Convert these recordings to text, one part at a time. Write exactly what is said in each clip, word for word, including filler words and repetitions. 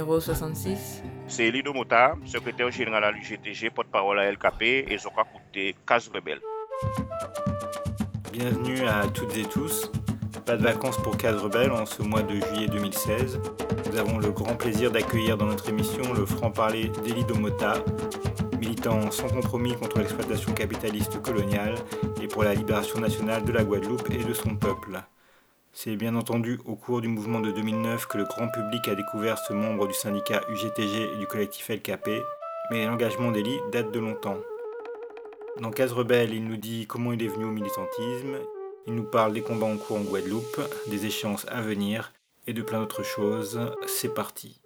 numéro soixante-six. C'est Lido Mota, secrétaire général à l'U G T G, porte-parole à L K P et Zoka Kouté, Case Rebelle. Bienvenue à toutes et tous. Pas de vacances pour Case Rebelle en ce mois de juillet deux mille seize. Nous avons le grand plaisir d'accueillir dans notre émission le franc-parler d'Elido Mota, militant sans compromis contre l'exploitation capitaliste coloniale et pour la libération nationale de la Guadeloupe et de son peuple. C'est bien entendu au cours du mouvement de deux mille neuf que le grand public a découvert ce membre du syndicat U G T G et du collectif L K P, mais l'engagement d'Eli date de longtemps. Dans Case Rebelle, il nous dit comment il est venu au militantisme, il nous parle des combats en cours en Guadeloupe, des échéances à venir et de plein d'autres choses. C'est parti.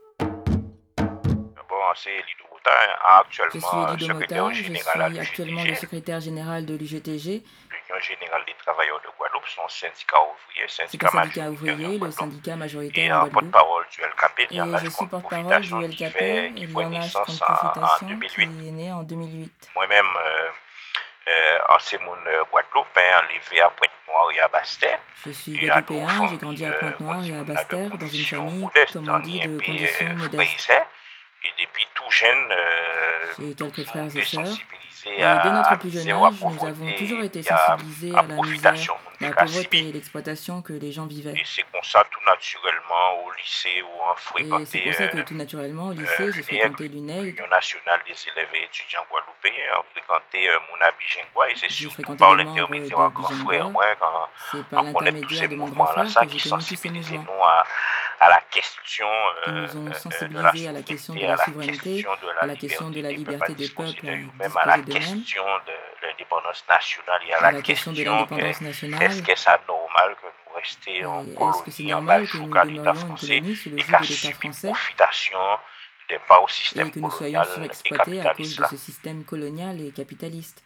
Bon, c'est Lido Mota, Je suis actuellement Elido secrétaire Mota, je général à suis actuellement le l'U G T G. secrétaire général de l'U G T G. L'Union générale des travailleurs de Guadeloupe, son syndicat ouvrier, C'est syndicat un syndicat majoritaire en ouvrier, le Guadeloupe. syndicat Et majoritaire en en Guadeloupe. porte-parole du L K P, Et Lianage je suis contre porte-parole du Profitation, L qui K P, fait, qui fait Lianage contre naissance en, en Profitation, deux mille huit. qui est né en deux mille huit. Moi-même, euh, euh, en ces mon euh, Guadeloupéen, enlevé à Pointe-Noire et à Basse-Terre. Je suis Et à nos guadeloupéen, j'ai grandi à familles, euh, Pointe-Noire et à on a de Basse-Terre, dans une conditions famille, modestes, comme on on dit, est un de peu conditions euh, modestes. fraisés. Et depuis tout jeune, euh, J'ai quelques nous frères et sommes sœurs. sensibilisés Et dès à, notre à plus jeune misère ou à âge, nous avons toujours pauvreté été et à, sensibilisés à à la misère, profitation. On la est qu'à pauvreté et subir. l'exploitation que les gens vivaient. Et c'est comme ça, tout naturellement, au lycée où on Et c'est fréquentait pour ça que euh, tout naturellement, au euh, lycée, j'ai l'U N E G, fréquenté l'U N E G. l'Union nationale des élèves et étudiants guadeloupéens, on fréquentait euh, Mouna Bijengwa, et c'est J'ai surtout fréquenté par les membres l'intermédiaire de d'un grand frère, Bijengwa. moi, quand C'est on par connaît tous ces l'intermédiaire de mon grand mouvements-là, frère ça que qui j'ai connu tous ces sensibilisait mouvements, nous à, à la question qui euh, nous ont euh, de la sensibilisés à la question de souveraineté, à la la souveraineté, question de à la la question de liberté la des peuples à liberté des disposer peuples de à nous-mêmes, à la disposer d'eux-mêmes, question de l'indépendance nationale et à à la la question de question que l'indépendance est-ce nationale. que c'est normal que nous restions en Et est-ce que c'est colonie, en normal que nous Bajouk, à l'État demeurions une français, colonie sous le et joug qu'à de l'État subi français profitation des pas au système et que nous soyons colonial et surexploités à cause capitaliste de là. ce système colonial et capitaliste?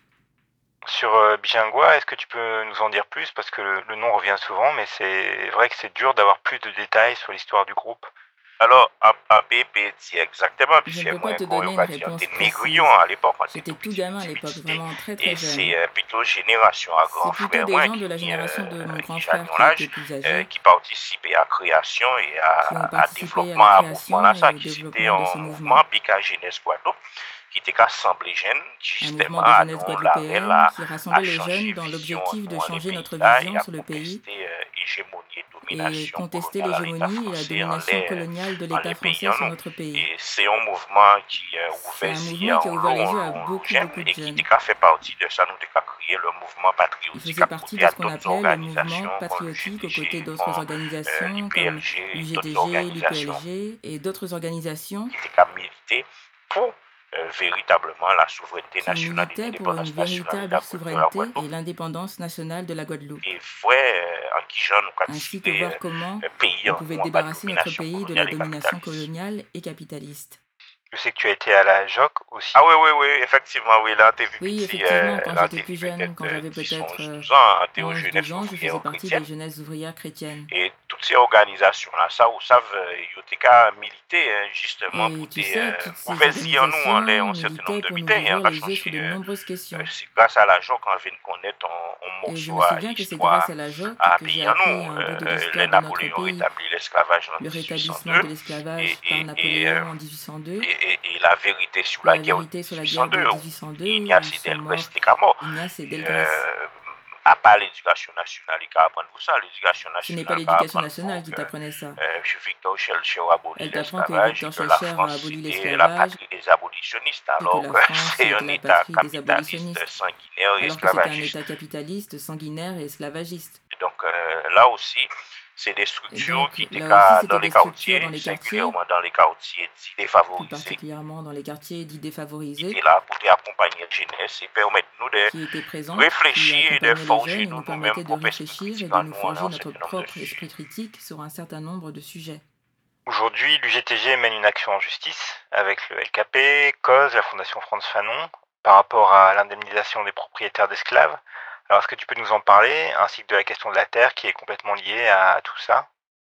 Sur euh, Bijengwa, est-ce que tu peux nous en dire plus? Parce que le, le nom revient souvent, mais c'est vrai que c'est dur d'avoir plus de détails sur l'histoire du groupe. Alors, à, à B P, c'est exactement, puis Je ne c'est peux pas moi, te qu'on donner une va dire, réponse t'es précise. négrion à l'époque, on était J'étais tout tout petit, gamin à petit, l'époque, petit, vraiment très et très jeune. c'est euh, plutôt génération à C'est grand plutôt frère, des moi, gens de la qui, génération de euh, mon grand qui frère j'ai mon qui étaient âge, plus euh, âgés, qui participait à la création et à, qui ont à participé à développement, la à mouvement là, création ça, et au qui c'était développement de ce un mouvement. mouvement Bika Jeunesse Guadeloupe, qui était assemblée jeune, Un justement, mouvement de à jeunesse nous, la guadeloupéenne à, qui à rassemblait les changer jeunes dans vision, l'objectif de nous, les changer pays notre là, et vision à sur le pays contester euh, hégémonie et et domination contester coloniale à l'État l'hégémonie et la français en domination les, coloniale de en l'État les pays français en sur nous. notre pays. Et c'est un mouvement qui a C'est ouvert un si mouvement qui a en ouvert lot, les en yeux lot, à en lot beaucoup, jeune beaucoup de et qui jeunes. a fait partie de ça, nous avons créé le mouvement Il patriotique faisait à partie côté de à ce qu'on d'autres appelait le mouvement organisations comme patriotique aux côtés l'U G T G, d'autres comme euh, organisations comme l'I P L G et d'autres l'U G T G, organisations l'U P L G et d'autres organisations qui étaient milité pour euh, véritablement la souveraineté qui nationale et militaient pour une l'indépendance nationale et véritable la de la souveraineté et Guadeloupe. l'indépendance nationale de la Guadeloupe, Et vrai, euh, en qui j'en ai ainsi que participé voir comment euh, pays on en pouvait nous en bas de débarrasser notre domination pays de la coloniale et domination capitaliste. coloniale et capitaliste. Je sais que tu as été à la J O C aussi. Ah oui, oui, oui, effectivement, oui, là, t'es vu Oui, petit, effectivement, euh, quand là, j'étais t'es plus vu jeune, peut-être quand euh, j'avais dix, peut-être onze, euh, douze ans, hein, t'es aux onze, jeunesses douze ans, je faisais ouvrières partie chrétiennes. des jeunesses ouvrières chrétiennes. Et toutes ces organisations-là, ça, vous savez, ils ont été qu'à militer hein, justement Et pour tu des sais, euh, toutes ces ouvrir en nous en les- organisations un certain nombre militaient de pour nous bitailles, hein, ouvrir qu'a les yeux sur changé. de Euh, nombreuses euh, questions. c'est grâce à la joie qu'on vient de connaître un, un Et je morceau me à souviens que c'est grâce l'histoire à la J O C à que j'ai pays en appris nous. un bout de Euh, les l'histoire de notre Napoléons pays, rétablit l'esclavage en le rétablissement dix-huit cent deux de l'esclavage et, par et, et, euh, Napoléon en dix-huit cent deux, et, et- et la vérité sur la la guerre de vérité sur la guerre de dix-huit cent deux, où dix-huit cent deux où Ignace sont Delgrès morts était qu'à mort. Ignace et Delgrès. Euh, à part l'éducation nationale, il faut apprendre pour ça. L'éducation Ce n'est pas nationale, il faut l'éducation apprendre nationale pour qui que t'apprenait ça. euh, Victor Schellcher a aboli Elle t'apprend que l'esclavage et Victor que la Schellcher a France aboli était la l'esclavage patrie des abolitionnistes, et que alors la que France c'est un était la État patrie des capitaliste, abolitionnistes, sanguinaire et alors que c'était un esclavagiste. État capitaliste, sanguinaire et esclavagiste. Et donc euh, là aussi, c'est des Et structures donc qui étaient là aussi, dans c'était les des structures dans quartiers, les quartiers, singulièrement dans les quartiers dits plus défavorisés, particulièrement dans les quartiers dits qui défavorisés, étaient là pour accompagner la jeunesse et permettre nous de qui étaient présentes, qui réfléchir et de accompagnaient les forger jeunes et nous nous nous-mêmes permettaient de propres réfléchir esprits et critiques de en nous nous en forger un notre certain nombre de propre sujets. esprit critique sur un certain nombre de sujets. Aujourd'hui, l'U G T G mène une action en justice avec le L K P, Cause, la Fondation Frantz Fanon, par rapport à l'indemnisation des propriétaires d'esclaves. Alors, est-ce que tu peux nous en parler, ainsi que de la question de la terre qui est complètement liée à tout ça?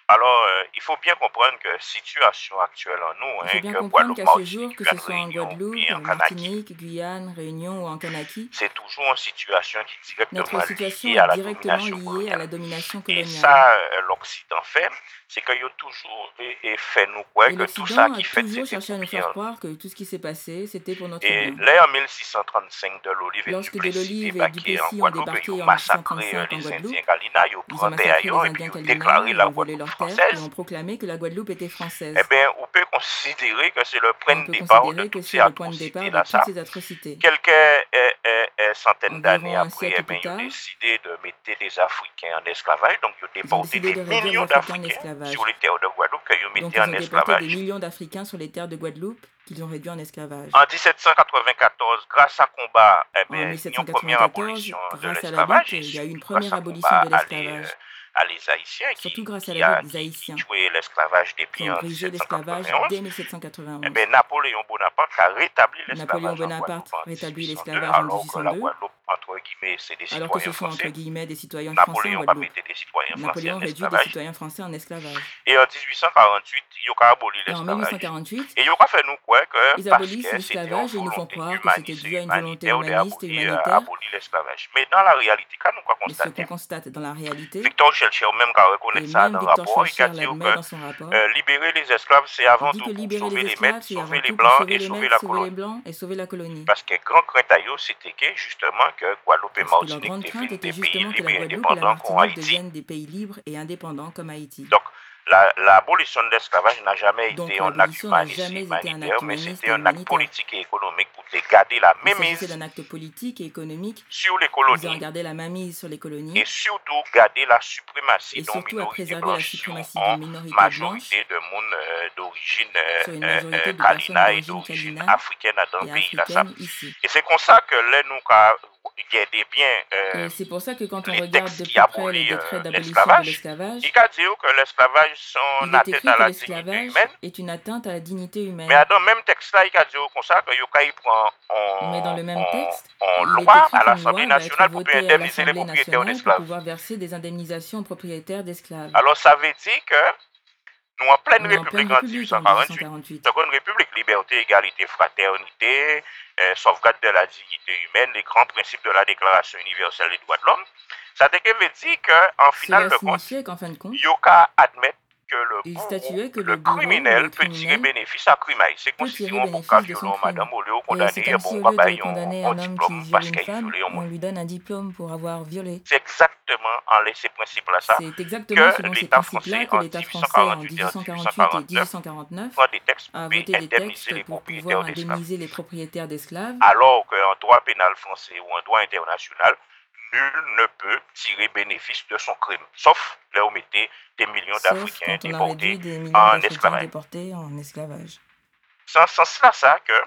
Alors, euh, il faut bien comprendre que situation actuelle en nous, Il faut hein, bien que comprendre Guadeloupe, qu'à ce jour, Martinique, que ce Guyane, soit en Réunion, Guadeloupe, puis en euh, Kanaki, Martinique, Guyane, Réunion ou en Kanaki, c'est toujours une situation qui est notre directement situation liée est à la directement domination liée à la coloniale. domination Et coloniale. ça, euh, l'Occident fait, c'est qu'il a toujours et, et fait nous croire Et que tout ça l'Occident a qui fait, toujours c'était cherché à pour nous bien faire nous. croire que tout ce qui s'est passé, c'était pour notre Et bien. là, en mille six cent trente-cinq, de l'Olive et du Lorsque Plessis Delolive et débarquaient en Duplessis ont Guadeloupe, ils ont débarqué en massacré euh, mille six cent trente-cinq en les Indiens Guadeloupe, Galina, ils ont ils ont pris terre massacré les et puis Indiens ils ont Kalina déclaré et la ont volé Guadeloupe leurs terres et française. ont proclamé que la Guadeloupe était Eh française. bien, on peut considérer que c'est le Et point on de peut départ de considérer que toutes ces c'est le point de départ de atrocités-là, toutes ça. ces atrocités. Quelques euh, euh, euh, centaines d'années Environ un après, eh siècle bien, plus ils ont tard, décidé de mettre des Africains en esclavage. Donc, ils ont ils ont déporté décidé des de réduire les millions Africains en d'Africains sur esclavage. les terres de Guadeloupe qu'ils ont Donc mis ils en ont déporté des esclavage. millions d'Africains sur les terres de Guadeloupe qu'ils ont réduits en esclavage. En dix-sept cent quatre-vingt-quatorze, grâce à combat, eh En bien, il y a une première mille sept cent quatre-vingt-quatorze, abolition de grâce à la l'esclavage lutte, et il y a eu une surtout grâce première à abolition combat de à les, euh, l'esclavage. à les Haïtiens Surtout qui, grâce à qui, la lutte a, des qui, qui Haïtiens, tuaient l'esclavage qui depuis ont en brisé l'esclavage dès mille sept cent quatre-vingt-onze. Eh mille sept cent quatre-vingt-onze. bien, Napoléon Bonaparte a rétabli Napoléon l'esclavage en Guadeloupe Bonaparte en rétablit dix-huit cent deux, l'esclavage en alors que la mille huit cent deux, Guadeloupe, entre guillemets, c'est des alors que ce citoyens sont entre français. guillemets des citoyens français en Napoléon va Guadeloupe. mettre des citoyens français Napoléon en réduit des esclavage. citoyens français en esclavage. Et en dix-huit cent quarante-huit, il a aboli Et en mille huit cent l'esclavage. quarante-huit, Et il a fait nous croire que ils parce abolissent que c'était une l'esclavage et ils nous font volonté croire que c'était humaniste dû et à une volonté humanitaire humaniste et d'abolir euh, humanitaire. abolir l'esclavage. Mais dans la réalité, quand nous avons Mais ce qu'on constaté, constate dans la réalité, Victor Schellcher même quand reconnaît et ça même dans le Victor rapport, il a Schellcher dit l'admet que dans son rapport, euh, libérer les esclaves, c'est il avant dit tout que pour libérer sauver les les esclaves, maîtres, c'est avant sauver les tout pour blancs sauver et les sauver maîtres, la sauver les colonie. blancs et sauver la colonie. Parce que grand crainte à eux, c'était que justement que Guadeloupe et Parce que leur Martinique grande crainte deviennent était des pays justement que libres la et Guadeloupe et la indépendants comme Martinique Haïti. deviennent des pays libres et indépendants comme Haïti. Donc, la- l'abolition de l'esclavage n'a jamais Donc été un acte l'abolition n'a humaniste et jamais été un humanitaire, acte mais humaniste c'était et un acte humanitaire. politique et économique pour te garder la Il s'agissait mainmise d'un acte politique et économique sur les visant à colonies garder la mainmise sur les et colonies surtout garder la suprématie et d'une surtout à minorité préserver la blanche sur suprématie une d'une minorité blanche majorité de monde euh, d'origine euh, sur une euh, majorité euh, de personnes Kalina et d'origine d'origine kalina africaine dans le et pays. Là, ça. africaine ici. Et c'est comme ça que là, nous avons gardé bien euh, Et c'est pour ça que quand on les regarde textes de qui plus près les abolissent décrets euh, d'abolition de l'esclavage. l'esclavage, Il a dit que l'esclavage sont il une est atteinte écrit à que la dignité l'esclavage humaine. est une atteinte à la dignité Mais humaine. dans le même texte-là, il a dit comme ça que Yokai prend Mais dans en, le même en, texte, en il est loi écrit à qu'une l'Assemblée loi va être nationale pour votée à indemniser les l'Assemblée propriétaires nationale pour d'esclaves. pouvoir verser des indemnisations aux propriétaires d'esclaves. Alors ça veut dire que nous en pleine On est en pleine république en république en dix-huit cent quarante-huit. dix-huit cent quarante-huit. Seconde république, liberté, égalité, fraternité, euh, sauvegarde de la dignité humaine, les grands principes de la Déclaration universelle des droits de l'homme. Ça veut dire qu'en final Cela de compte, signifiait qu'en fin de compte, Yoka admet que le il bourreau, statuait que le le bourreau, criminel le peut tirer criminel, bénéfice à crime. C'est peut considéré tirer un bon cas bénéfice de son violent, crime. madame, au lieu de Et c'est condamner, comme si bon, au lieu bah, de condamner un un homme diplôme qui parce viole une qu'il a femme, violé un on monde. lui donne un diplôme pour avoir violé. C'est exactement en ces principes-là, ça, C'est exactement que selon ces l'État principes-là français que en l'État français en dix-huit cent quarante-huit et dix-huit cent quarante-huit et en dix-huit dix-huit cent quarante-neuf prend des textes a pour voté des indemniser textes les pour propriétaires pouvoir d'esclaves. indemniser les propriétaires d'esclaves, Alors qu'en droit pénal français ou en droit international, nul ne peut tirer bénéfice de son crime, sauf là où mettez des millions sauf d'Africains quand on a réduit déportés des millions en d'Africains esclavage. déportés en esclavage. C'est en ce sens-là, ça, que,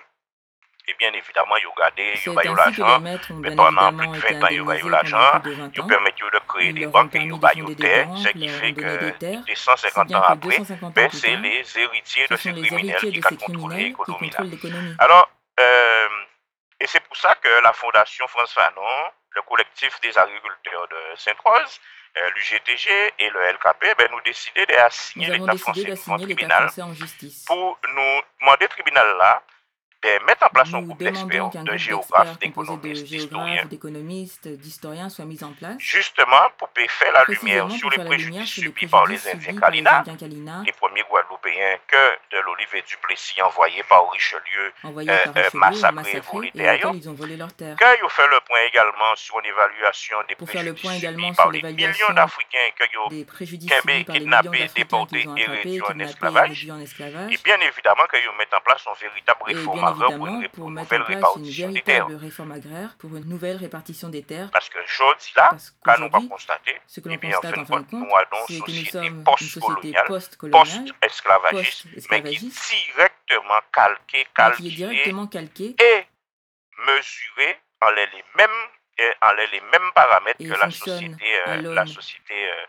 et bien évidemment, ils ont gardé, ils C'est ont eu ainsi que l'argent, les maîtres ont mais bien pendant plus évidemment de été vingt ans, ils ont eu indemnisés pendant l'argent, plus de vingt ils ans. permettent de créer Ils des leur ont banques et permis ils de ont fonder baillé des terres, banques, ce qui leur ont fait donné des que terres, deux cent si cinquante bien ans que après, deux cent cinquante ans ben, plus c'est tard, les héritiers ce de sont ces les criminels héritiers qui de ont ces contrôlé criminels qui l'économie. contrôlent l'économie. Alors, euh, et c'est pour ça que la Fondation France Fanon, le collectif des agriculteurs de Sainte-Rose, euh, l'U G T G et le L K P, ben, nous décidé d'assigner Nous avons l'État décidé français devant d'assigner le l'État tribunal français en justice. pour nous demander au tribunal là de mettre en place un Nous groupe demandons d'experts, qu'un de groupe géographes, d'experts composé de d'économistes, géographes, d'historiens, d'économistes, d'historiens soit mis en place, justement pour faire la lumière précisément sur pour les faire la lumière préjudices sur les subis par préjudices les Indiens subis par les Kalina, Indiens Kalina, les premiers Guadeloupéens que de l'Olivier Duplessis envoyé par Richelieu envoyés euh, par euh, Richelieu, ont massacré et massacré volé et auxquels ailleurs. ils ont volé leurs terres. Qu'ils ont fait le point également sur une évaluation des Pour faire le point préjudices subis également par sur les millions l'évaluation d'Africains qu'ils ont des préjudices subis kidnappés, par les millions kidnappés, d'Africains déportés qu'ils ont et attrapés, réduits en kidnappés et esclavage. réduits en Et esclavage. bien évidemment qu'ils mettent en place une véritable Et réforme bien agraire pour une, évidemment, ré- pour une mettre en nouvelle place une répartition des terres. véritable réforme agraire, pour une nouvelle répartition des terres, Parce que aujourd'hui là, parce quand nous avons qu'aujourd'hui, constaté, ce que eh l'on bien en constate fin en de fin de compte, nous compte, avons une c'est que nous société sommes une société post-coloniale, post-coloniale, post-esclavagiste, mais qui est post-esclavagiste, directement calquée, mais qui est calquée directement calquée et mesurée en les, les mêmes, eh, en les, les mêmes paramètres et que la fonctionne société, à euh, la l'aune société euh,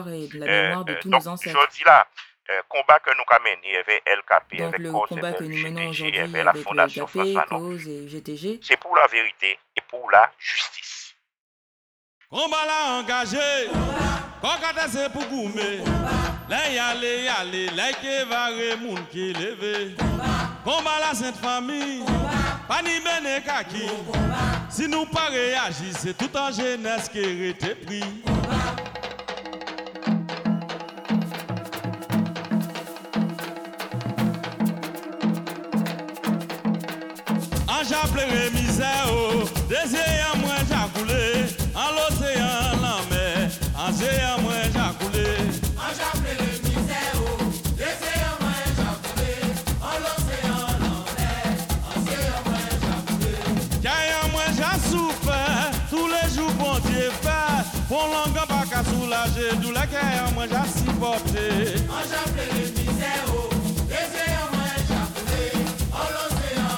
l'histoire et de la Euh, mémoire de euh, tous donc, nos ancêtres. je dis là, euh, combat que nous avons mené avec L K P, Donc avec le Cause combat que avec nous menons G T G, aujourd'hui avec la avec le Fondation L K P, François non Cause et G T G, c'est pour la vérité et pour la justice. Combat là engagé, quand c'est pour goumer, là y aller, y aller, là qui va moun qui levé. combat la sainte famille, pas ni bene kaki. Si nous pas réagir, c'est tout en jeunesse qui a été pris. En j'appellerai misère, désir moi j'ai coulé, en l'océan, la mer, en géant moi j'ai coulé. En j'appellerai misère, désir moi j'ai coulé, en l'océan, la mer, en géant moi j'ai coulé. Car moi j'ai souffert, tous les jours bon Dieu fait, pour l'angle pas qu'à soulager, d'où la guerre moi j'ai supporté. En j'appellerai misère, désir moi j'ai coulé, en l'océan,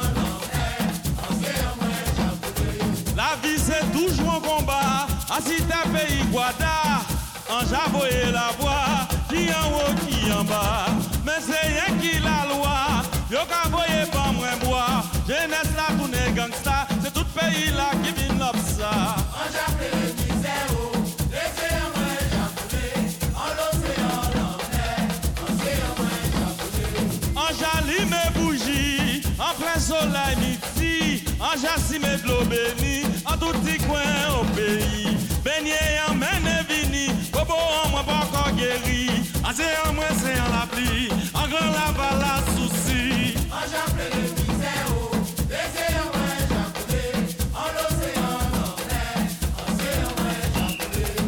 la vie c'est toujours un combat, assis ta pays Guada, en j'avoye la voix, qui en haut, qui en bas, mais c'est rien qui la loi, yo ka voye pas moins bois, jeunesse la tourne gangsta, c'est tout pays là qui vient up ça. En j'appelle misère, laissez moi j'appelle, en l'océan l'enfer, en océan moi j'appelle. En j'allume mes bougies, en plein soleil midi, en j'assis mes de béni, en tout petit coin au pays. Beigné en mène vini, bobo en moi pas encore guéri. En en moi c'est en la pluie, en grand la bala souci. En j'appelle le misère, laissez en moi j'appelle, en l'océan l'enfer, en océan moi j'appelle.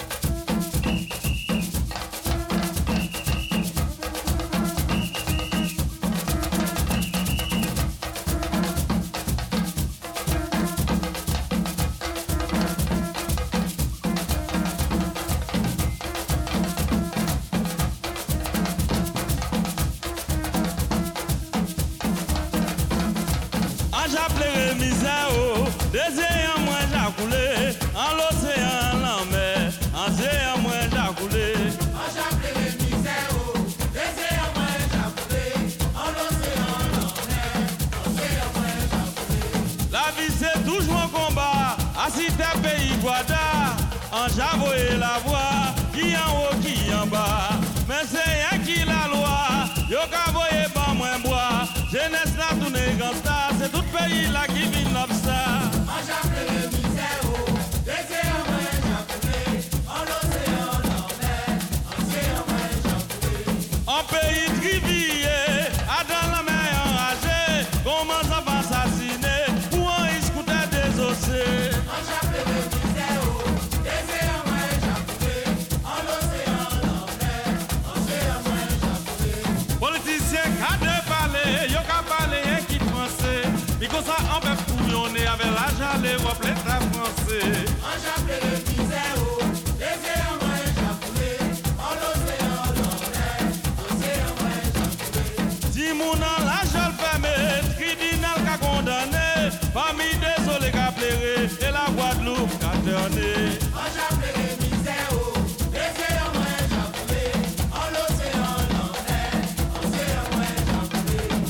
J'appellerai misère, désir en moi j'ai coulé, en l'océan, la mer, en géant moi j'ai coulé. J'appellerai misère, désir en moi j'ai coulé, en l'océan, la mer, en géant moi j'ai coulé. La vie c'est toujours un combat, assis ta pays Guada, en j'avoye la voix, qui en haut, qui en bas, mais c'est rien qui la loi, yo ka voye pas moins bois, jeunesse la tourne gangsta, c'est tout pays là qui vient up ça. En j'appelle misère, désir en moi j'appelle, en l'océan l'enfer, en océan moi j'appelle. En pays de rivière, à dans la mer enragée, comment ça va assassiner, ou en escouter des ossés. En j'appelle misère, désir en moi j'appelle, en l'océan l'enfer, en océan moi j'appelle. Politicien qui de parler, yo ka parler qui français. Et comme ça, on peut couillonner avec l'argent, l'Europe, l'État français. En j'appelle le misère, désir en moi j'appelle, en l'océan l'enfer, en océan moi j'appelle. Si mon an l'argent permet, tribunal qu'a condamné, famille désolé qu'a plairé, et la Guadeloupe qu'a terné. En j'appelle le misère, désir en moi j'appelle, en l'océan l'enfer, en océan moi j'appelle.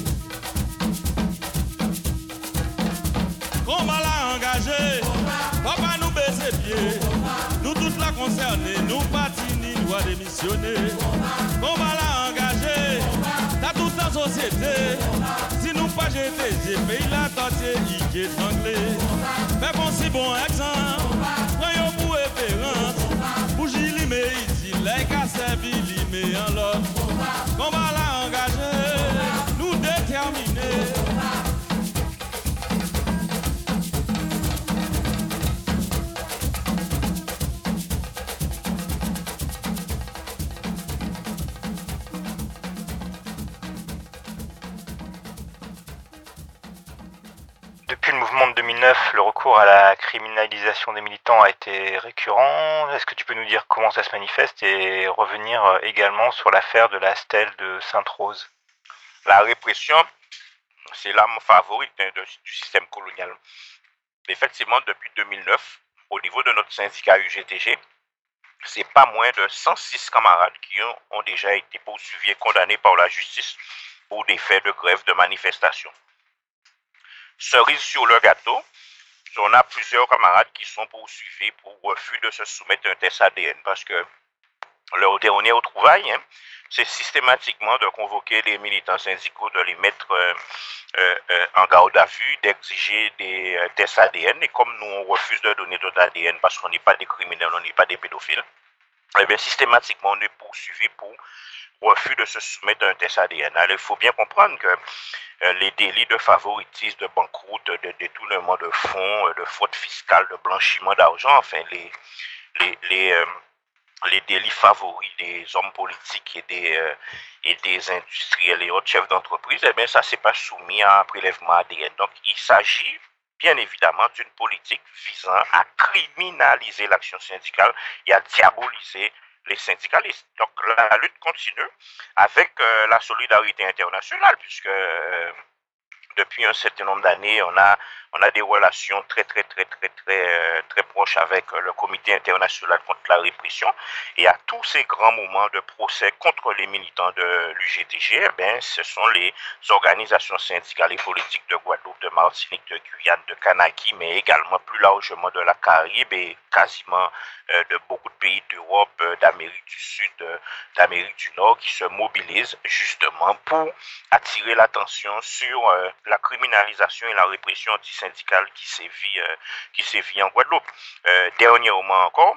Combat l'a engagé, papa nous baisser pied, nous toutes la concernés, nous patini, nous a démissionné. Combat l'a engagé, t'as toute la société, si nous pas jeter, j'ai payé la tentier, il est anglais. Fais bon si bon exemple, prenons pour référence, pour Gili mais ici, les cas servi, mais en l'autre. Combat l'a engagé, nous déterminés. Depuis le mouvement de deux mille neuf, le recours à la criminalisation des militants a été récurrent. Est-ce que tu peux nous dire comment ça se manifeste et revenir également sur l'affaire de la stèle de Sainte-Rose? La répression, c'est l'arme favorite hein, de- du système colonial. Effectivement, depuis deux mille neuf, au niveau de notre syndicat U G T G, c'est pas moins de cent six camarades qui ont, ont déjà été poursuivis et condamnés par la justice pour des faits de grève de manifestation. Cerise sur le gâteau, on a plusieurs camarades qui sont poursuivis pour refus de se soumettre à un test A D N parce que leur dernier retrouvaille, hein, c'est systématiquement de convoquer les militants syndicaux, de les mettre euh, euh, euh, en garde à vue, d'exiger des euh, tests A D N. Et comme nous, on refuse de donner d'autres A D N parce qu'on n'est pas des criminels, on n'est pas des pédophiles, eh bien, systématiquement, on est poursuivi pour refus de se soumettre à un test A D N. Alors, il faut bien comprendre que euh, les délits de favoritisme, de banqueroute, de détournement de fonds, euh, de fraude fiscale, de blanchiment d'argent, enfin, les, les, les, euh, les délits favoris des hommes politiques et des, euh, et des industriels et autres chefs d'entreprise, eh bien, ça ne s'est pas soumis à un prélèvement A D N. Donc, il s'agit bien évidemment d'une politique visant à criminaliser l'action syndicale et à diaboliser les syndicalistes. Donc, la lutte continue avec euh, la solidarité internationale, puisque euh, depuis un certain nombre d'années, on a, on a des relations très, très, très, très, très, euh, très proches avec euh, le Comité international contre la répression. Et à tous ces grands moments de procès contre les militants de l'U G T G, eh bien, ce sont les organisations syndicales et politiques de Guadeloupe, de Martinique, de Guyane, de Kanaki, mais également plus largement de la Caraïbe et quasiment euh, de beaucoup de pays d'Europe, euh, d'Amérique du Sud, euh, d'Amérique du Nord, qui se mobilisent justement pour attirer l'attention sur euh, la criminalisation et la répression antisyndicale qui sévit, euh, qui sévit en Guadeloupe. Euh, dernièrement encore,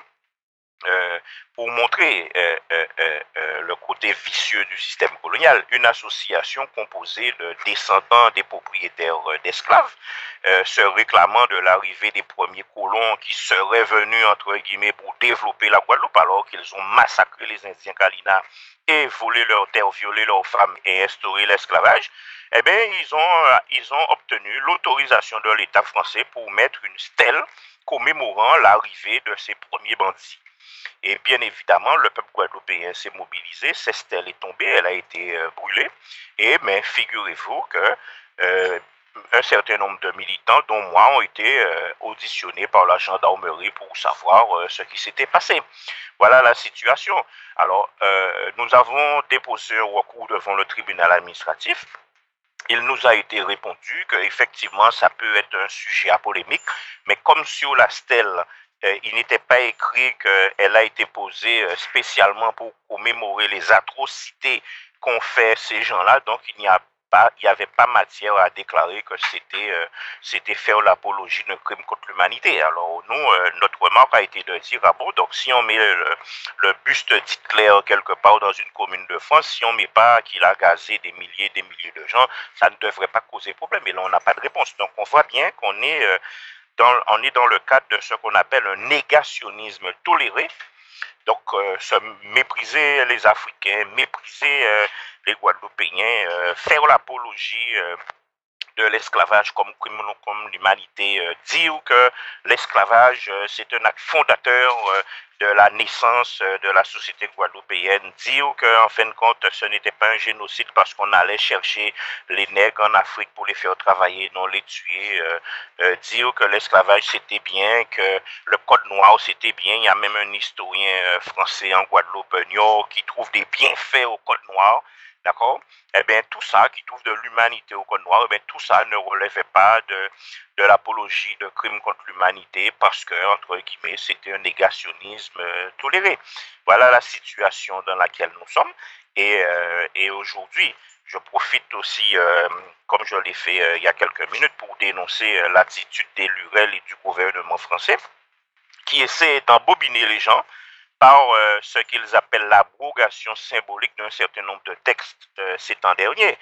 euh, pour montrer euh, euh, euh, le côté vicieux du système colonial, une association composée de descendants des propriétaires d'esclaves, euh, se réclamant de l'arrivée des premiers colons qui seraient venus, entre guillemets, pour développer la Guadeloupe, alors qu'ils ont massacré les Indiens Kalina et volé leurs terres, violé leurs femmes et instauré l'esclavage, eh bien, ils ont, ils ont obtenu l'autorisation de l'État français pour mettre une stèle commémorant l'arrivée de ces premiers bandits. Et bien évidemment, le peuple guadeloupéen s'est mobilisé, cette stèle est tombée, elle a été euh, brûlée. Et mais figurez-vous que euh, un certain nombre de militants, dont moi, ont été euh, auditionnés par la gendarmerie pour savoir euh, ce qui s'était passé. Voilà la situation. Alors, euh, nous avons déposé un recours devant le tribunal administratif. Il nous a été répondu qu'effectivement, ça peut être un sujet à polémique, mais comme sur la stèle, euh, il n'était pas écrit qu'elle a été posée euh, spécialement pour commémorer les atrocités qu'ont fait ces gens-là, donc il n'y a pas, il n'y avait pas matière à déclarer que c'était euh, c'était faire l'apologie d'un crime contre l'humanité. Alors nous, euh, notre remarque a été de dire, ah bon, donc si on met le, le buste d'Hitler quelque part dans une commune de France, si on ne met pas qu'il a gazé des milliers et des milliers de gens, ça ne devrait pas causer problème. Et là, on n'a pas de réponse. Donc on voit bien qu'on est, euh, dans, on est dans le cadre de ce qu'on appelle un négationnisme toléré. Donc, euh, se mépriser les Africains, mépriser euh, les Guadeloupéens, euh, faire l'apologie euh, de l'esclavage comme crime comme l'humanité, euh, dire que l'esclavage euh, c'est un acte fondateur euh, de la naissance euh, de la société guadeloupéenne, dire qu'en fin de compte ce n'était pas un génocide parce qu'on allait chercher les nègres en Afrique pour les faire travailler, non les tuer, euh, euh, dire que l'esclavage c'était bien, que le code noir c'était bien. Il y a même un historien euh, français en Guadeloupe, Niort, qui trouve des bienfaits au code noir. D'accord? Eh bien, tout ça qui trouve de l'humanité au code noir, eh bien, tout ça ne relevait pas de, de l'apologie de crimes contre l'humanité parce que, entre guillemets, c'était un négationnisme euh, toléré. Voilà la situation dans laquelle nous sommes. Et, euh, et aujourd'hui, je profite aussi, euh, comme je l'ai fait euh, il y a quelques minutes, pour dénoncer euh, l'attitude des Lurel et du gouvernement français qui essaie d'embobiner les gens par euh, ce qu'ils appellent l'abrogation symbolique d'un certain nombre de textes euh, ces temps derniers.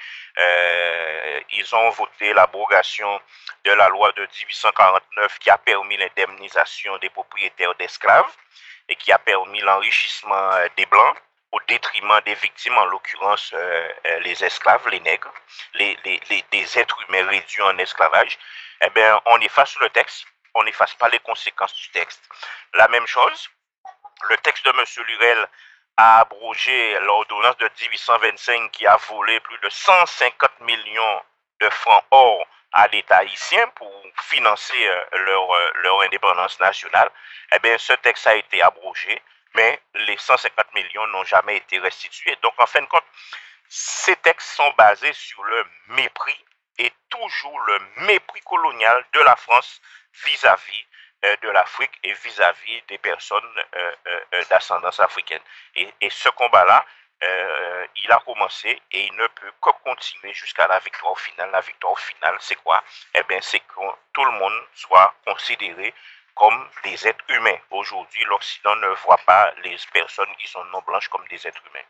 Euh, ils ont voté l'abrogation de la loi de dix-huit cent quarante-neuf qui a permis l'indemnisation des propriétaires d'esclaves et qui a permis l'enrichissement euh, des Blancs au détriment des victimes, en l'occurrence euh, euh, les esclaves, les nègres, les, les, les, des êtres humains réduits en esclavage. Eh bien, on efface le texte, on n'efface pas les conséquences du texte. La même chose, le texte de M. Lurel a abrogé l'ordonnance de dix-huit cent vingt-cinq qui a volé plus de cent cinquante millions de francs or à l'État haïtien pour financer leur, leur indépendance nationale. Eh bien, ce texte a été abrogé, mais les cent cinquante millions n'ont jamais été restitués. Donc, en fin de compte, ces textes sont basés sur le mépris et toujours le mépris colonial de la France vis-à-vis de l'Afrique et vis-à-vis des personnes euh, euh, d'ascendance africaine. Et, et ce combat-là, euh, il a commencé et il ne peut que continuer jusqu'à la victoire finale. La victoire finale, c'est quoi? Eh bien, c'est que tout le monde soit considéré comme des êtres humains. Aujourd'hui, l'Occident ne voit pas les personnes qui sont non blanches comme des êtres humains.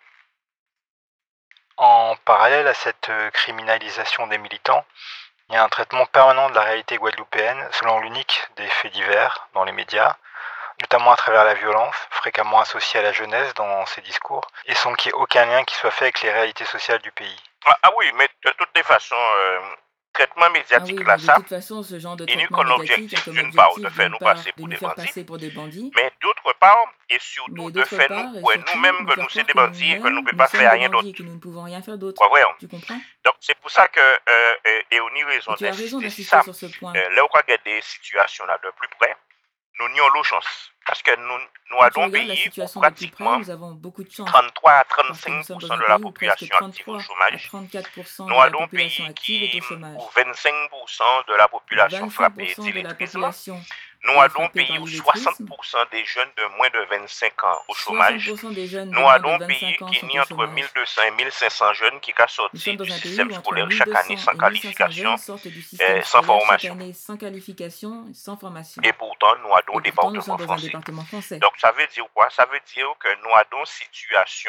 En parallèle à cette euh, criminalisation des militants, il y a un traitement permanent de la réalité guadeloupéenne selon l'unique des faits divers dans les médias, notamment à travers la violence, fréquemment associée à la jeunesse dans ses discours, et sans qu'il y ait aucun lien qui soit fait avec les réalités sociales du pays. Ah, ah oui, mais de toutes les façons, euh, traitement Ah médiatique oui, là, mais de ça, toute façon, ce genre de il n'y a traitement qu'un médiatique a objectif comme d'une part de objectif, faire d'une nous part, passer de pour nous des faire bandits, passer pour des bandits, mais d'autre part, et surtout mais de d'autre faire nous part, et croire surtout, nous-mêmes nous que faire nous sommes croire des que bandits et que nous ne nous-mêmes, pouvons nous pas sommes faire des rien bandits et d'autre. que nous ne pouvons rien faire d'autre. Ouais, ouais. Tu comprends? Donc c'est pour ça que, euh, euh, et on y Et raison tu as raison d'insister sur d'insister ça. sur ce point. Euh, là, on regarde des situations là de plus près, nous n'y avons chance. Parce que nous, nous Quand tu avons un regardes la pays où situation de plus près, pratiquement nous avons beaucoup de chance trente-trois à parce que nous trente-cinq sommes pour dans cent un de la pays où presque population active au trente-trois à chômage. trente-quatre pour cent Nous de la avons un population pays active est qui, au chômage. où vingt-cinq pour cent de la population vingt-cinq frappée pour cent de la d'illettrisme. population Nous est avons un frappée pays par où l'illettrisme. soixante pour cent des jeunes de moins de vingt-cinq ans au soixante chômage. pour cent des jeunes de Nous moins de avons un pays vingt-cinq ans qui sont est au entre chômage. mille deux cents et mille cinq cents jeunes qui sont Nous sortis sommes du dans un pays système où entre scolaire chaque année mille deux cents sans et mille cinq cents qualification, jeunes sortent du système euh, sans scolaire chaque formation. année sans qualification, sans formation. Et pourtant, nous avons Et un pourtant, nous département sommes dans un français. département français. Donc, ça veut dire quoi? Ça veut dire que nous avons une situation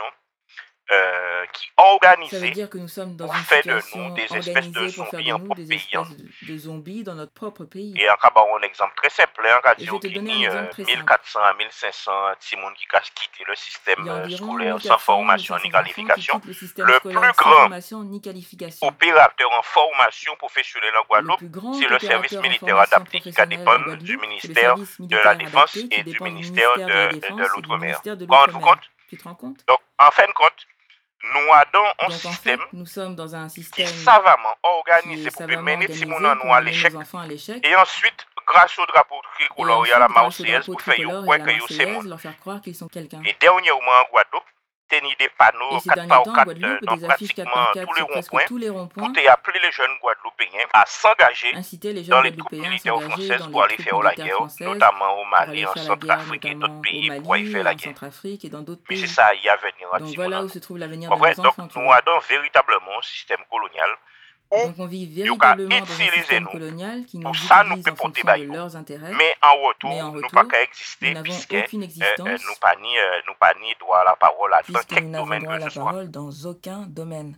euh, qui est organisée. Ça veut dire que nous sommes dans pour une faire de nous situation des espèces de organisée pour faire zombies de en nous propre des pays. hein. espèces de, de zombies dans notre propre pays. Et encore un exemple très simple, hein, on va Et je dire vais au te donner un Guinée, exemple euh, très simple. mille quatre cents à mille cinq cents petits monde qui cassent quitter le Il système y a euh, environ scolaire sans mille quatre cents, formation ni mille cinq cents enfants qui qualification. quittent le système Le scolaire plus sans grand formation ni qualification. opérateur en formation professionnelle en Le Guadeloupe, plus grand c'est le service opérateur en militaire formation adapté qui professionnelle dépend en du Guadeloupe, c'est le ministère service de la militaire Défense adapté qui et du dépend du ministère ministère de la de, de Défense et du l'Outre-mer. ministère de Rendez-vous l'Outre-mer. compte? Tu te rends compte? Donc, en fin de compte, nous avons un Donc en fait, système nous sommes dans un qui est système savamment qui organisé est pour savamment mener Timon organisé pour à mener l'échec. nos enfants à l'échec. Et ensuite, grâce au drapeau Et tricolore et à la ensuite, grâce au Marseillaise, drapeau pour faire tricolore et croire à la que yo c'est Marseillaise, monde. leur faire croire qu'ils sont quelqu'un. Et dernièrement en Guadeloupe, tenir des panneaux Et ces quatre derniers par temps, en quatre Guadeloupe, dans des affiches quatre pratiquement par tous quatre les sur presque ronds-points tous les pour ronds-points te appeler les jeunes Guadeloupéens à s'engager inciter les dans jeunes les troupes Guadeloupéens à militaires s'engager françaises dans pour les aller troupes faire la militaires guerre, françaises notamment au pour Mali, aller en faire la guerre, Centrafrique et d'autres notamment au pays pour aller Mali, faire la en guerre. Centrafrique et dans d'autres Mais c'est pays. ça, il y a venir à Donc Timon. voilà où se trouve l'avenir En de vrai, nos donc enfants, tu nous vois. avons véritablement un système colonial où Donc on vit nous avons véritablement dans un utilisé système nous. colonial qui nous Pour ça, nous utilise pouvons en porter fonction de bail. leurs intérêts, Mais en mais retour, en nous pas retour, qu'à nous exister n'avons puisque aucune euh, euh, nous existence pas ni euh, nous pas ni droit à la parole là, dans puisque nous quelques n'avons domaines droit à que la ce soit. parole dans aucun domaine.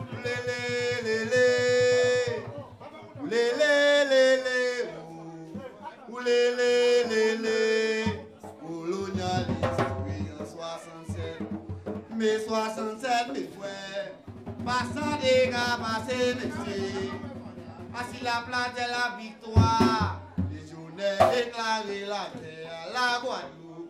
Mais soixante-sept, mes frères, passant des gars, passés, messieurs, assis la place de la victoire, les journées déclarées la guerre à la Guadeloupe.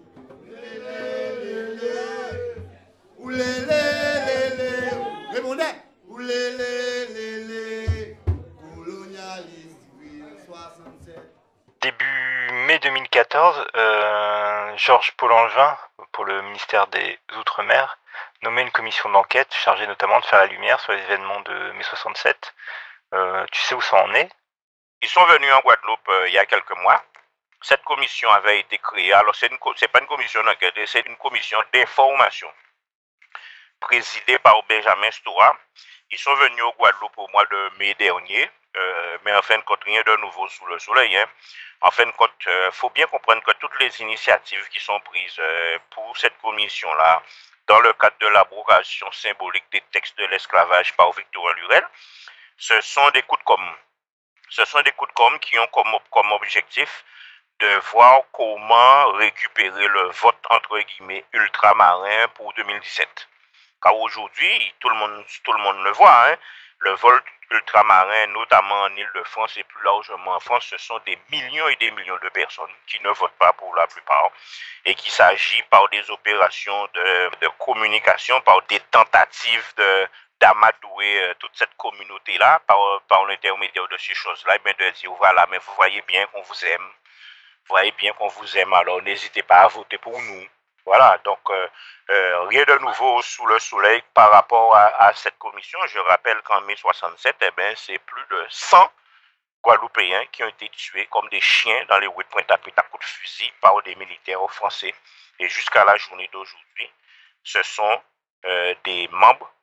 Oulé, lé, lé, lé, répondez, oulé, lé, lé, lé, colonialiste, soixante-sept. Début mai deux mille quatorze, euh, Georges Paul-Angevin, pour le ministère des Outre-mer, nommait une commission d'enquête chargée notamment de faire la lumière sur les événements de mai soixante-sept. Euh, tu sais où ça en est? Ils sont venus en Guadeloupe euh, il y a quelques mois. Cette commission avait été créée. Alors, ce n'est pas une commission d'enquête, c'est une commission d'information présidée par Benjamin Stora. Ils sont venus au Guadeloupe au mois de mai dernier, euh, mais en fin de compte, rien de nouveau sous le soleil. Hein. En fin de compte, il euh, faut bien comprendre que toutes les initiatives qui sont prises euh, pour cette commission-là, dans le cadre de l'abrogation symbolique des textes de l'esclavage par Victor Lurel, ce sont des coups de com'. Ce sont des coups de com' qui ont comme, comme objectif de voir comment récupérer le vote, entre guillemets, ultramarin pour deux mille dix-sept. Car aujourd'hui, tout le monde, tout le monde le voit, hein, le vote ultramarin, notamment en Île-de-France et plus largement en France, ce sont des millions et des millions de personnes qui ne votent pas pour la plupart et qu'il s'agit par des opérations de, de communication, par des tentatives de d'amadouer euh, toute cette communauté-là par, par l'intermédiaire de ces choses-là, et bien de dire, voilà, mais vous voyez bien qu'on vous aime, vous voyez bien qu'on vous aime, alors n'hésitez pas à voter pour nous. Voilà, donc euh, euh, rien de nouveau sous le soleil par rapport à, à cette commission. Je rappelle qu'en mai soixante-sept, eh ben, c'est plus de cent Guadeloupéens qui ont été tués comme des chiens dans les rues de Pointe-à-Pitre à coups de fusil par des militaires français. Et jusqu'à la journée d'aujourd'hui, ce sont euh, des membres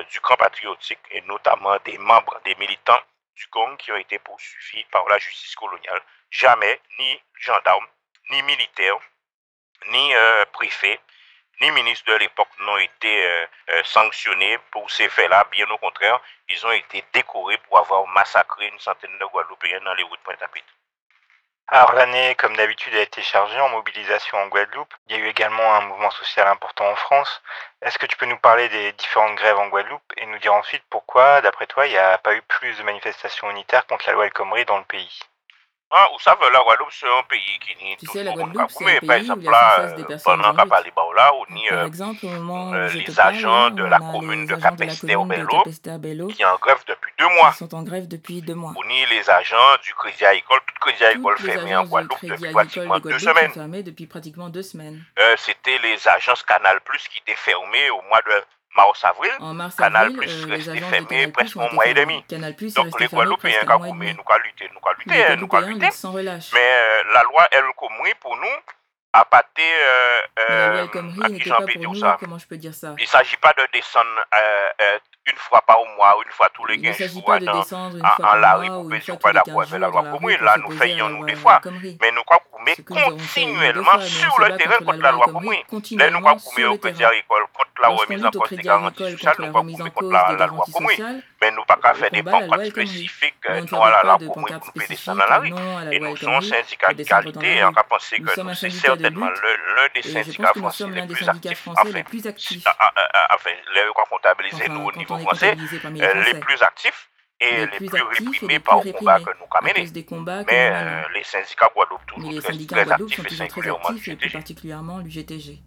du camp patriotique et notamment des membres, des militants du G O N qui ont été poursuivis par la justice coloniale. Jamais ni gendarmes, ni militaires, ni euh, préfets, ni ministres de l'époque n'ont été euh, euh, sanctionnés pour ces faits-là. Bien au contraire, ils ont été décorés pour avoir massacré une centaine de Guadeloupéens dans les routes Pointe-à-Pitre. Alors l'année, comme d'habitude, a été chargée en mobilisation en Guadeloupe. Il y a eu également un mouvement social important en France. Est-ce que tu peux nous parler des différentes grèves en Guadeloupe et nous dire ensuite pourquoi, d'après toi, il n'y a pas eu plus de manifestations unitaires contre la loi El Khomri dans le pays? Ah, vous savez, la Guadeloupe, c'est un pays qui n'est Tu tout sais, la le monde Guadeloupe, pas c'est coupé. un Par pays où exemple, il y a sans là, cesse des personnes pendant en qu'on parle de là, on y Par euh, exemple, au moment où euh, je te les parle, agents là, de on la a commune les de agents de la commune de Capesterre-Bello Capesterre-Bello qui est en grève depuis deux qui mois. sont en grève depuis deux mois. On y les agents du Crédit Agricole, tout Crédit Agricole Toutes les fermé en agences du Guadeloupe Crédit depuis Agricole pratiquement de deux Guadeloupe sont semaines. fermées depuis pratiquement deux semaines. Euh, C'était les agences Canal Plus qui étaient fermées au mois de mars-avril. En Canal mars-avril, Plus euh, les restait agences de fermé Canal Plus presque ont un été mois et fermées. demi. Canal Plus est Donc resté les fermé Guadeloupéens presque qui un ont mois et coupé, demi. nous avons lutté, nous avons Les lutté, nous avons Guadeloupéens lutté. luttent sans relâche. Mais euh, la loi El Khomri, pour nous, a pâté, euh, Mais la loi euh, El Khomri à qui n'était j'en pas peux pour dire nous, ça. comment je peux dire ça? Il ne s'agit pas de descendre euh, euh, une fois par mois ou une fois tous les Il ne quinze s'agit jours pas de dans, descendre une en, fois en par la rue mois pour ou que une je fois ne tous pas les d'accord quinze avec la jours dans loi la rue Khomri. pour Là, nous s'opposer à faisons la nous loi des El fois. Khomri. Mais nous avons coupé Ce que nous avons fait une ou deux fois, mais on se continuellement sur bat le contre terrain la contre loi la El loi Khomri Khomri. Là, nous continuellement avons sur coupé au le Crédit terrain. Agricole contre la Lorsqu'on remise en lutte au cause des Crédit garanties Agricole sociales. contre Nous la avons remise en coupé contre cause la, des la loi garanties Khomri. sociales, Mais nous pas qu'à on faire des combat la loi pancartes El Khomri. spécifiques Mais euh, on ne non à la fabrique pas loi de Khomri pancartes pour nous faire descendre spécifiques dans la rue. non à la Et loi nous El sommes un Khomri syndicat pour de descendre dans qualité la et on rue. a pensé Nous que sommes nous, un c'est syndicat de certainement lutte le- l'un des et je pense syndicats que nous français sommes les l'un des plus syndicats actifs. français Enfin, les plus actifs. ah, ah, ah, enfin, les comptabilisés nous Enfin, au quand niveau on est français, comptabilisé parmi les euh, les Français, plus actifs et les les plus plus actifs et réprimés les par plus le combat réprimés que nous avons à mené. cause des combats que Mais nous menons. euh, les syndicats Guadeloupe Mais toujours les très, syndicats en très Guadeloupe actifs sont et toujours très singulièrement le actifs et plus G T G. particulièrement l'U G T G.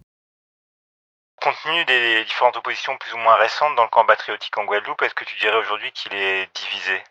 Compte tenu des différentes oppositions plus ou moins récentes dans le camp patriotique en Guadeloupe, est-ce que tu dirais aujourd'hui qu'il est divisé?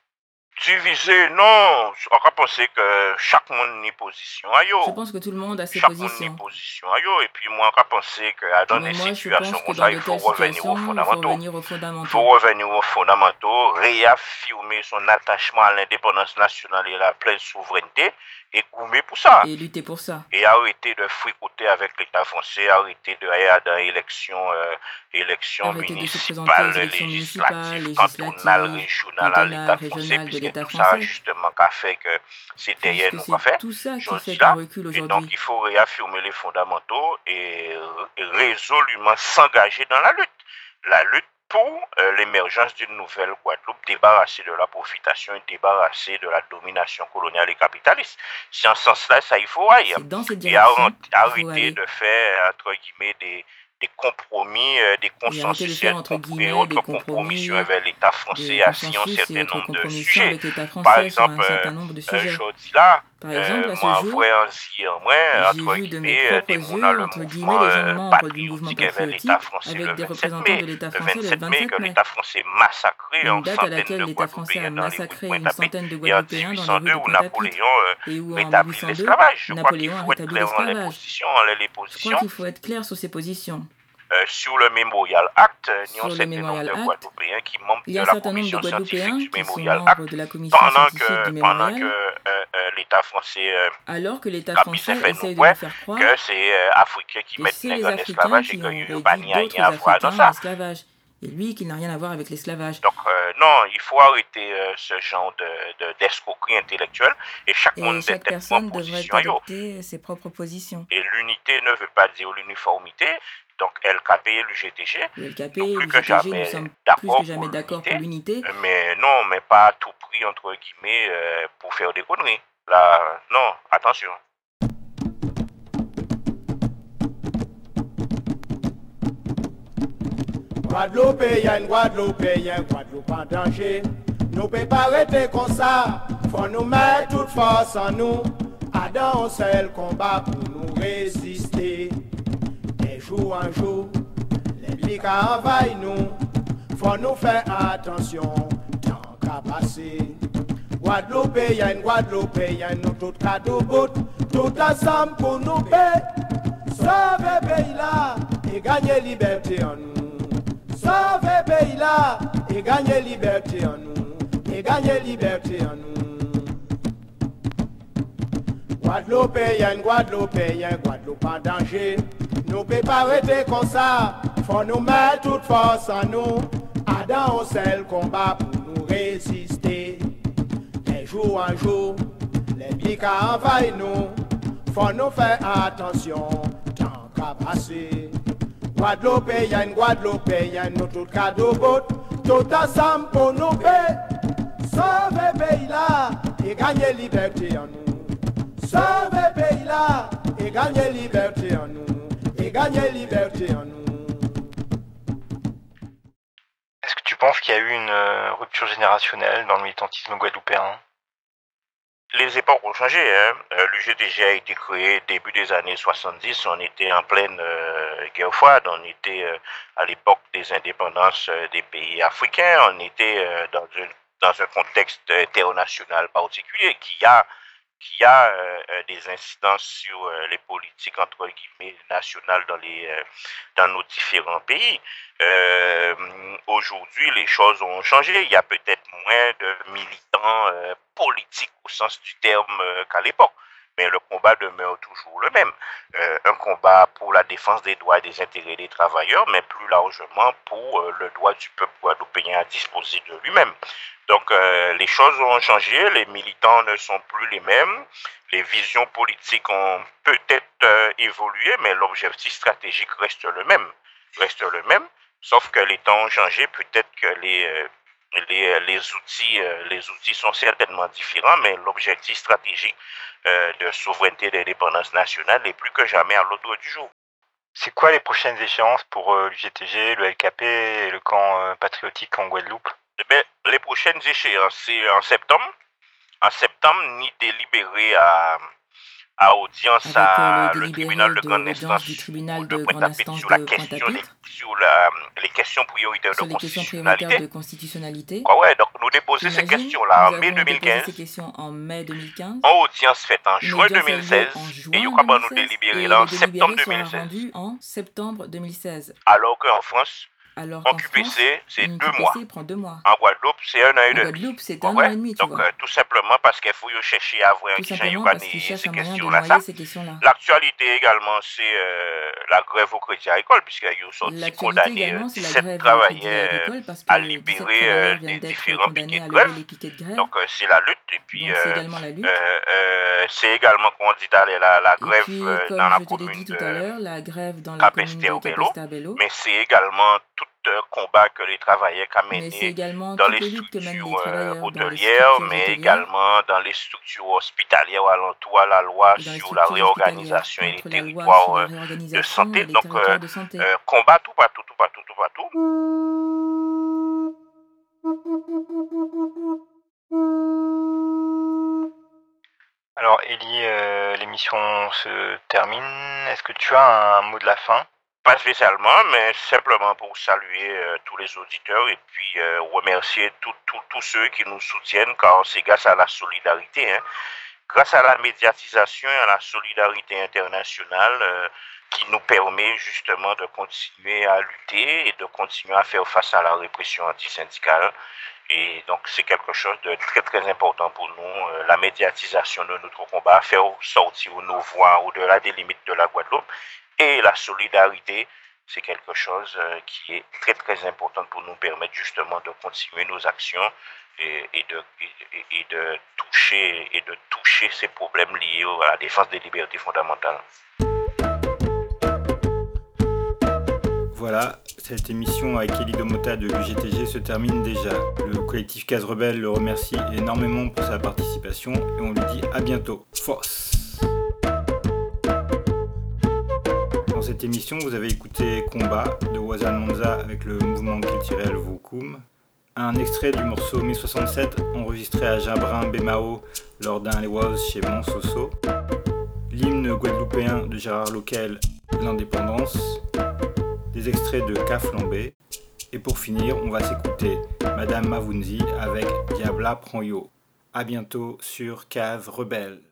Divisé, non. On va penser que chaque monde a une position à Je yo. pense que tout le monde a ses Chaque monde a une positions. position à yo. Et puis moi, on va penser que ah, dans Mais des moi, je situations pense que comme dans ça, de il faut telles revenir aux situations, il faut fondamentaux. revenir aux Il faut fondamentaux. revenir aux fondamentaux, réaffirmer son attachement à l'indépendance nationale et à la pleine souveraineté et gommer pour ça. Et lutter pour ça. Et arrêter de fricoter avec l'État français, arrêter de aller dans l'élection, euh, élection Arrêter de se présenter aux municipale, élections municipales, législative, cantonale, législatives, régionale à l'État cantonales, français, régionales de puisque l'État tout ça français. justement qu'a fait que c'est derrière Puisque nous qu'on c'est fait. tout ça qui Je fait dis qu'on là. recule Et donc aujourd'hui. il faut réaffirmer les fondamentaux et r- résolument s'engager dans la lutte. La lutte pour euh, l'émergence d'une nouvelle Guadeloupe, débarrassée de la profitation et débarrassée de la domination coloniale et capitaliste. Si en ce sens-là, ça il faut aille. C'est dans cette Et direction arrêter qu'il faut arrêter aller. de faire, entre guillemets, des, des compromis, euh, des Et arrêter de consensus faire, et entre compr- et guillemets, autres des compromis compromis, avec l'État français des assis un consensus et certain autres nombre de compromissions sujets. avec l'État Par français sur exemple, un certain euh, nombre de euh, sujets. je dis là, Par exemple, euh, à ce moi, jour, vrai ainsi, euh, moi, j'ai entre vu de mes guillemets, euh, des propres gens dans yeux, le entre guillemets, mouvement des gens euh, membres du mouvement patriotique avec l'État patriotique français avec le des vingt-sept représentants mai. de l'État Le français le vingt-sept mai, vingt-sept que mai. l'État français massacrait Une en date à centaines laquelle de l'État français a Guadeloupéens dans les rues de massacré une Pointe-à-Pitre centaine de et en Guadeloupéens dans les rues dix-huit cent deux de où Pointe-à-Pitre Napoléon euh, et où en rétablit mille huit cent deux, l'esclavage. Je crois qu'il Napoléon a faut être rétabli clair dans les l'esclavage. positions, dans les Je crois positions. qu'il faut être clair sur ces positions. Euh, sur le Memorial Act, euh, il y a un Sur le certain nombre Memorial de Act, Guadeloupéens qui membres il y a de un la certain nombre de commission scientifique Guadeloupéens du qui sont Memorial Act membres de la commission pendant scientifique que, du pendant mémorial, que euh, euh, l'État français euh, alors que l'État a français fait essaye nous de nous faire croire que c'est euh, Africains qui que mettent c'est nègres les en Africains esclavage et qui qu'il ont n'y a réduit pas rien d'autres à voir dans Africains en ça. esclavage. Et lui qui n'a rien à voir avec l'esclavage. Donc euh, non, il faut arrêter euh, ce genre de, de, d'escroquerie intellectuelle et chaque Et monde chaque d'être en personne devrait position. yo. adopter ses propres positions. Et l'unité ne veut pas dire l'uniformité. Donc L K P et l'U G T G, Le L K P nous et plus l'U que G T G, nous jamais sommes plus d'accord que jamais pour d'accord pour l'unité. l'unité. Mais non, mais pas à tout prix, entre guillemets, euh, pour faire des conneries. Là, non, attention. Guadeloupéen, Guadeloupéen, Guadeloupe en danger. Nous ne pouvons pas arrêter comme ça. Faut nous mettre toute force en nous. À dans un seul combat pour nous résister. Et jour en jour, les blics envahissent nous. Faut nous faire attention, tant qu'à passer. Guadeloupéen, Guadeloupéen, nous tous cas de bout, tout ensemble pour nous paix. Sauver pays là et gagner liberté en nous. Sauver pays là et gagner liberté en nous. Et gagner liberté en nous. Guadeloupéen, Guadeloupéen, Guadeloupe en danger. Nous ne pouvons pas arrêter comme ça. Faut nous mettre toute force en nous. À pendant un seul combat pour nous résister. Un jour en jour, les Bika envahissent nous, faut nous faire attention, tant qu'à passer. Guadeloupéenne, Guadeloupéenne, nous tout cadeau bout, tout ensemble pour nous paix. Sauver pays là et gagner liberté en nous. Sauver pays là et gagner liberté en nous. Et gagner liberté en nous. Est-ce que tu penses qu'il y a eu une euh, rupture générationnelle dans le militantisme guadeloupéen? Les époques ont changé. Hein. Euh, l'U G T G a été créé début des années soixante-dix. On était en pleine euh, guerre froide. On était euh, à l'époque des indépendances euh, des pays africains. On était euh, dans, un, dans un contexte international particulier qui a, qui a euh, des incidences sur euh, les politiques entre guillemets nationales dans, les, euh, dans nos différents pays. Euh, aujourd'hui, les choses ont changé. Il y a peut-être moins de militants euh, politiques au sens du terme euh, qu'à l'époque. Mais le combat demeure toujours le même. Euh, un combat pour la défense des droits et des intérêts des travailleurs, mais plus largement pour euh, le droit du peuple guadeloupéen à disposer de lui-même. Donc euh, les choses ont changé, les militants ne sont plus les mêmes, les visions politiques ont peut-être euh, évolué, mais l'objectif stratégique reste le même. Reste le même. Sauf que les temps ont changé, peut-être que les, euh, les, les, outils, euh, les outils sont certainement différents, mais l'objectif stratégique euh, de souveraineté et d'indépendance nationale est plus que jamais à l'ordre du jour. C'est quoi les prochaines échéances pour euh, l'U G T G, le L K P et le camp euh, patriotique en Guadeloupe? Eh bien, les prochaines échéances, c'est en septembre. En septembre, ni délibéré à... à audience Avec, à euh, le le tribunal de, de grande instance du tribunal de, de Pointe-à-Pitre sur la question des, sur la, les questions prioritaires sur de les questions constitutionnalité. prioritaires de constitutionnalité. Ah ouais, donc nous déposons ces questions-là en mai deux mille quinze. Ces questions en mai deux mille quinze. En audience faite en juin deux mille seize. Et il y aura pas nous délibérer là en septembre deux mille seize. Rendu en septembre deux mille seize. Alors qu'en France, Alors en Q P C, c'est deux mois. prend deux mois. En Guadeloupe, c'est un an et En demi. Guadeloupe, c'est un Ouais, an et demi, tu donc vois. euh, tout simplement parce qu'il faut y chercher à voir Tout qui simplement j'ai parce qu'ils gagné cherchent ces un moyen de questions-là. noyer ces questions-là. L'actualité également, c'est euh, la grève au Crédit Agricole, puisqu'il y a sorti L'actualité condamné également, c'est la dix-sept grève au Crédit travailleurs Agricole parce à que dix-sept libérer euh, travailleurs des viennent d'être différents condamnés piquets à de lever grève. les piquets de grève. Donc euh, c'est la lutte. Et puis Donc c'est euh, également la lutte. euh, euh, c'est également candidat à la, la Et grève puis, euh, comme dans la je te l'ai commune dit tout à de l'heure, la grève dans la commune de Capesterbello. Capesterbello. Mais c'est également tout euh, combat que les travailleurs ont Mais c'est mené également dans toutes les les luttes que mènent les structures euh, travailleurs dans les hôtelières, structures mais hôtelières également dans les structures hospitalières alentour à la loi et dans les sur la structures hospitalières réorganisation et les contre la loi territoires sur la euh, de réorganisation santé. et les Donc, territoires euh, de santé. euh, combat tout partout, tout partout, tout partout. Alors Élie, euh, l'émission se termine. Est-ce que tu as un mot de la fin? Pas spécialement, mais simplement pour saluer euh, tous les auditeurs et puis euh, remercier tous tout, tout ceux qui nous soutiennent, car c'est grâce à la solidarité, hein, grâce à la médiatisation et à la solidarité internationale euh, qui nous permet justement de continuer à lutter et de continuer à faire face à la répression antisyndicale. Et donc c'est quelque chose de très très important pour nous, euh, la médiatisation de notre combat, faire sortir nos voix au-delà des limites de la Guadeloupe. Et la solidarité, c'est quelque chose euh, qui est très très important pour nous permettre justement de continuer nos actions et, et, de, et, et de toucher et de toucher ces problèmes liés à la défense des libertés fondamentales. Voilà, cette émission avec Élie Domota de l'U G T G se termine déjà. Le collectif Case Rebelle le remercie énormément pour sa participation et on lui dit à bientôt. Force! Dans cette émission, vous avez écouté Combat de Wazan Monza avec le mouvement culturel Vukum, un extrait du morceau mai soixante-sept enregistré à Jabrin Bémao lors d'un Lewaz chez Monsoso, l'hymne guadeloupéen de Gérard Loquel, L'Indépendance, des extraits de K Flambé, et pour finir, on va s'écouter Madame Mavunzi avec Diabla Prend Yo. A bientôt sur Case Rebelle.